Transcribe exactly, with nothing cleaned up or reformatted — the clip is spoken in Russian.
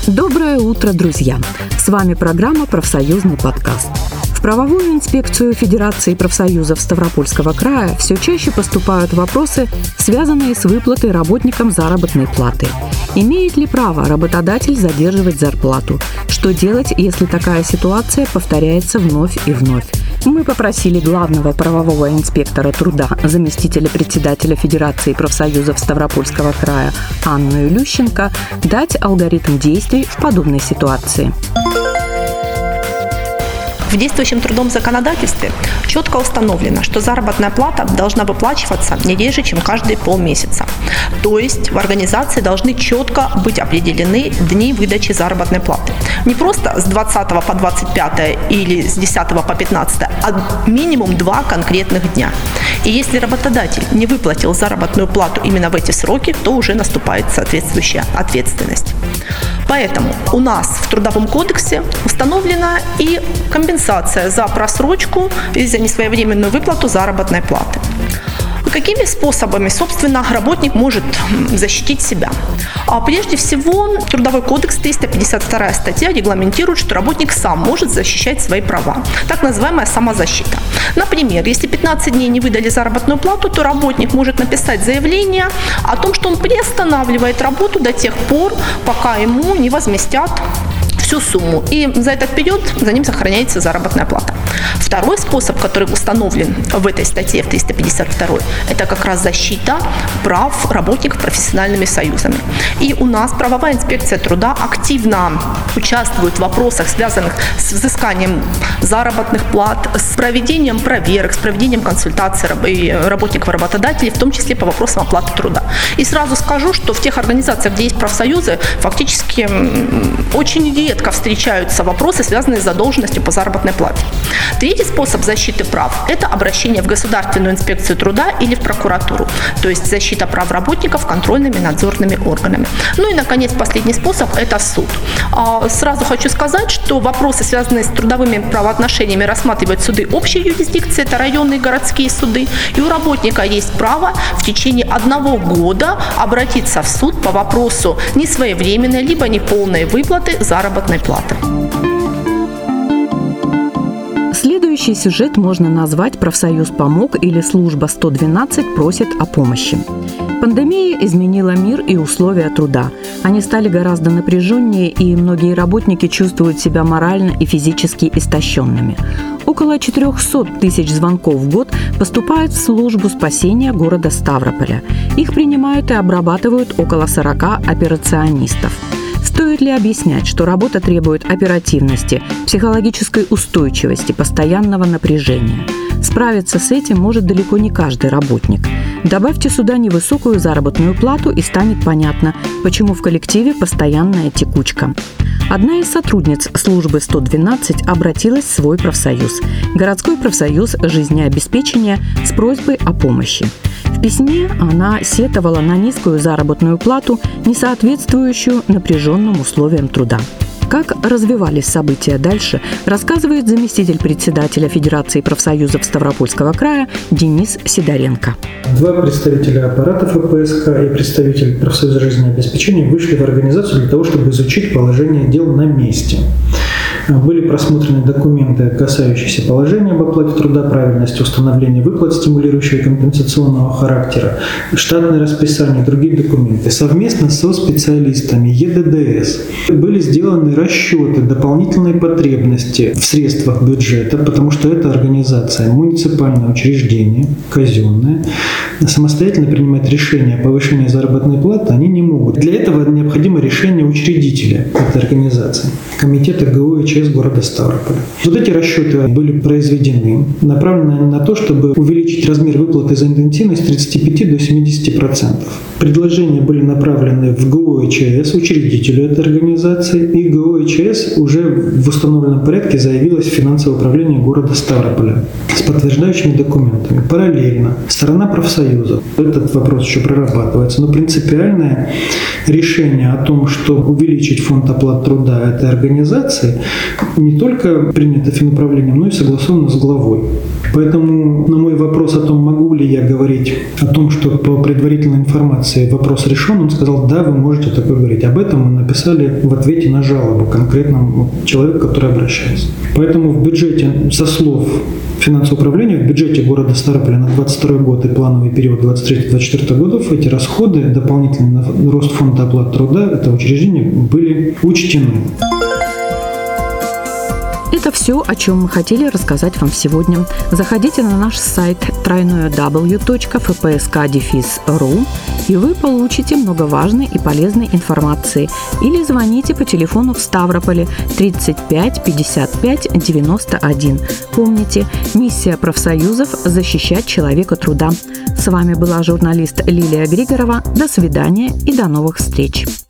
Доброе утро, друзья! С вами программа «Профсоюзный подкаст». В правовую инспекцию Федерации профсоюзов Ставропольского края все чаще поступают вопросы, связанные с выплатой работникам заработной платы. Имеет ли право работодатель задерживать зарплату? Что делать, если такая ситуация повторяется вновь и вновь? Мы попросили главного правового инспектора труда, заместителя председателя Федерации профсоюзов Ставропольского края Анну Илющенко дать алгоритм действий в подобной ситуации. В действующем трудовом законодательстве четко установлено, что заработная плата должна выплачиваться не реже, чем каждые полмесяца. То есть в организации должны четко быть определены дни выдачи заработной платы. Не просто с двадцатого по двадцать пятое или с десятого по пятнадцатое, а минимум два конкретных дня. И если работодатель не выплатил заработную плату именно в эти сроки, то уже наступает соответствующая ответственность. Поэтому у нас в Трудовом кодексе установлена и компенсация за просрочку и за несвоевременную выплату заработной платы. Какими способами, собственно, работник может защитить себя? А прежде всего, Трудовой кодекс, триста пятьдесят вторая статья регламентирует, что работник сам может защищать свои права. Так называемая самозащита. Например, если пятнадцать дней не выдали заработную плату, то работник может написать заявление о том, что он приостанавливает работу до тех пор, пока ему не возместят всю сумму. И за этот период за ним сохраняется заработная плата. Второй способ, который установлен в этой статье, в триста пятьдесят второй, это как раз защита прав работников профессиональными союзами. И у нас правовая инспекция труда активно участвует в вопросах, связанных с взысканием заработных плат, с проведением проверок, с проведением консультаций работников и работодателей, в том числе по вопросам оплаты труда. И сразу скажу, что в тех организациях, где есть профсоюзы, фактически очень редко встречаются вопросы, связанные с задолженностью по заработной плате. Третий способ защиты прав – это обращение в Государственную инспекцию труда или в прокуратуру, то есть защита прав работников контрольными надзорными органами. Ну и, наконец, последний способ – это суд. Сразу хочу сказать, что вопросы, связанные с трудовыми правоотношениями, рассматривают суды общей юрисдикции, это районные и городские суды, и у работника есть право в течение одного года обратиться в суд по вопросу несвоевременной либо неполной выплаты заработной платы. Следующий сюжет можно назвать «Профсоюз помог» или «Служба сто двенадцать просит о помощи». Пандемия изменила мир и условия труда. Они стали гораздо напряженнее, и многие работники чувствуют себя морально и физически истощенными. Около четыреста тысяч звонков в год поступают в службу спасения города Ставрополя. Их принимают и обрабатывают около сорока операционистов. Стоит ли объяснять, что работа требует оперативности, психологической устойчивости, постоянного напряжения? Справиться с этим может далеко не каждый работник. Добавьте сюда невысокую заработную плату, и станет понятно, почему в коллективе постоянная текучка. Одна из сотрудниц службы сто двенадцать обратилась в свой профсоюз – городской профсоюз жизнеобеспечения, с просьбой о помощи. В письме она сетовала на низкую заработную плату, не соответствующую напряженным условиям труда. Как развивались события дальше, рассказывает заместитель председателя Федерации профсоюзов Ставропольского края Денис Сидоренко. Два представителя аппарата эф пэ эс ка и представитель профсоюза жизнеобеспечения вышли в организацию для того, чтобы изучить положение дел на месте. Были просмотрены документы, касающиеся положения об оплате труда, правильности установления выплат стимулирующего и компенсационного характера, штатное расписание, другие документы. Совместно со специалистами е дэ дэ эс были сделаны расчеты дополнительной потребности в средствах бюджета, потому что эта организация, муниципальное учреждение, казенное, самостоятельно принимать решение о повышении заработной платы они не могут. Для этого необходимо решение учредителя этой организации, комитета гэ о и че эс города Ставрополя. Вот эти расчеты были произведены, направлены на то, чтобы увеличить размер выплаты за интенсивность с тридцати пяти до семидесяти процентов. Предложения были направлены в гэ о и че эс, учредителю этой организации, и гэ о и че эс уже в установленном порядке заявилось в финансовое управление города Ставрополя с подтверждающими документами. Параллельно сторона профсоюза, этот вопрос еще прорабатывается, но принципиальное решение о том, что увеличить фонд оплаты труда этой организации, не только принято финуправлением, но и согласовано с главой. Поэтому на мой вопрос о том, могу ли я говорить о том, что по предварительной информации вопрос решен, он сказал, да, вы можете такое говорить. Об этом мы написали в ответе на жалобу конкретному человеку, который обращается. Поэтому в бюджете, со слов финансового управления, в бюджете города Ставрополя на двадцать второй год и плановый период двадцать третий - двадцать четвёртый годов эти расходы, дополнительный рост фонда оплаты труда этого учреждения были учтены. Это все, о чем мы хотели рассказать вам сегодня. Заходите на наш сайт дабл ю дабл ю дабл ю точка эф пэ эс ка дефис ру, и вы получите много важной и полезной информации. Или звоните по телефону в Ставрополе тридцать пять пятьдесят пять девяносто один. Помните, миссия профсоюзов – защищать человека труда. С вами была журналист Лилия Григорова. До свидания и до новых встреч.